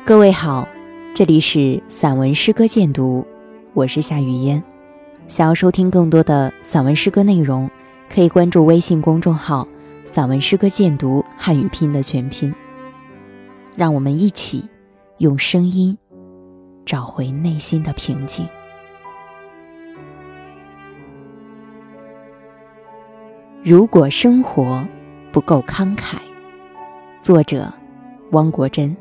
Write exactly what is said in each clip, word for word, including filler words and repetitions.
各位好，这里是散文诗歌鉴读，我是夏雨嫣。想要收听更多的散文诗歌内容，可以关注微信公众号散文诗歌鉴读汉语拼的全拼。让我们一起用声音找回内心的平静。如果生活不够慷慨，作者汪国真。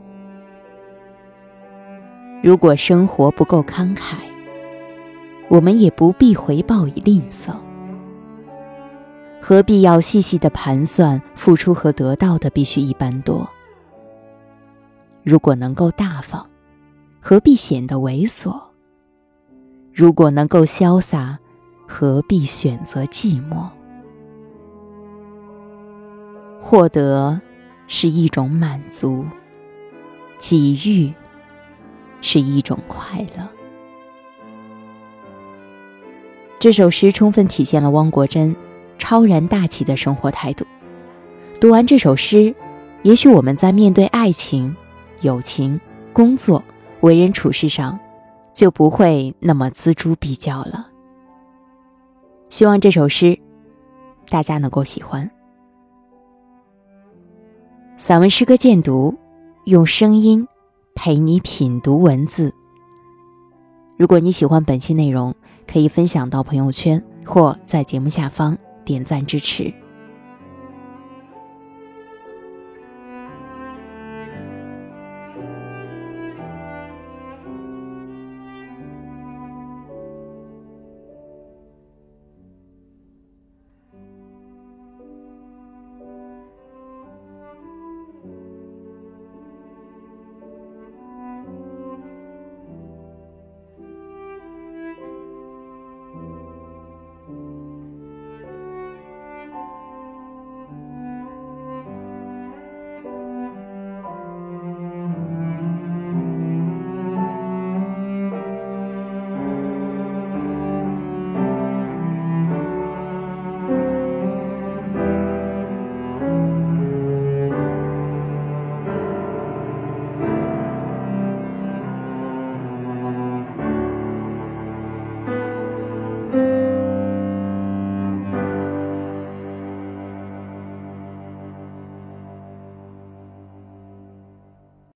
如果生活不够慷慨，我们也不必回报以吝啬，何必要细细的盘算付出和得到的必须一般多？如果能够大方，何必显得猥琐？如果能够潇洒，何必选择寂寞？获得是一种满足，给予是一种快乐。这首诗充分体现了汪国真超然大气的生活态度。读完这首诗，也许我们在面对爱情、友情、工作、为人处事上就不会那么锱铢必较了。希望这首诗大家能够喜欢。散文诗歌鉴读，用声音陪你品读文字。如果你喜欢本期内容，可以分享到朋友圈或在节目下方点赞支持。